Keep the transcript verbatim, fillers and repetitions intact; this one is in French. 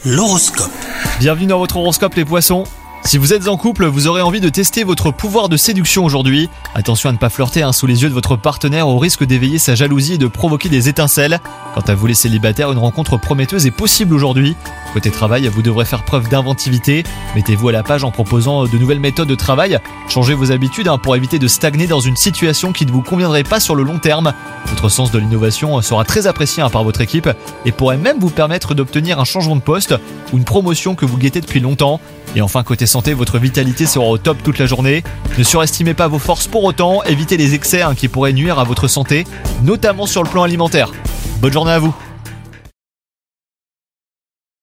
L'horoscope. Bienvenue dans votre horoscope les poissons. Si vous êtes en couple, vous aurez envie de tester votre pouvoir de séduction aujourd'hui. Attention à ne pas flirter hein, sous les yeux de votre partenaire au risque d'éveiller sa jalousie et de provoquer des étincelles. Quant à vous les célibataires, une rencontre prometteuse est possible aujourd'hui. Côté travail, vous devrez faire preuve d'inventivité. Mettez-vous à la page en proposant de nouvelles méthodes de travail. Changez vos habitudes hein, pour éviter de stagner dans une situation qui ne vous conviendrait pas sur le long terme. Votre sens de l'innovation sera très apprécié hein, par votre équipe et pourrait même vous permettre d'obtenir un changement de poste ou une promotion que vous guettez depuis longtemps. Et enfin, côté santé, votre vitalité sera au top toute la journée. Ne surestimez pas vos forces pour autant, évitez les excès hein, qui pourraient nuire à votre santé, notamment sur le plan alimentaire. Bonne journée à vous.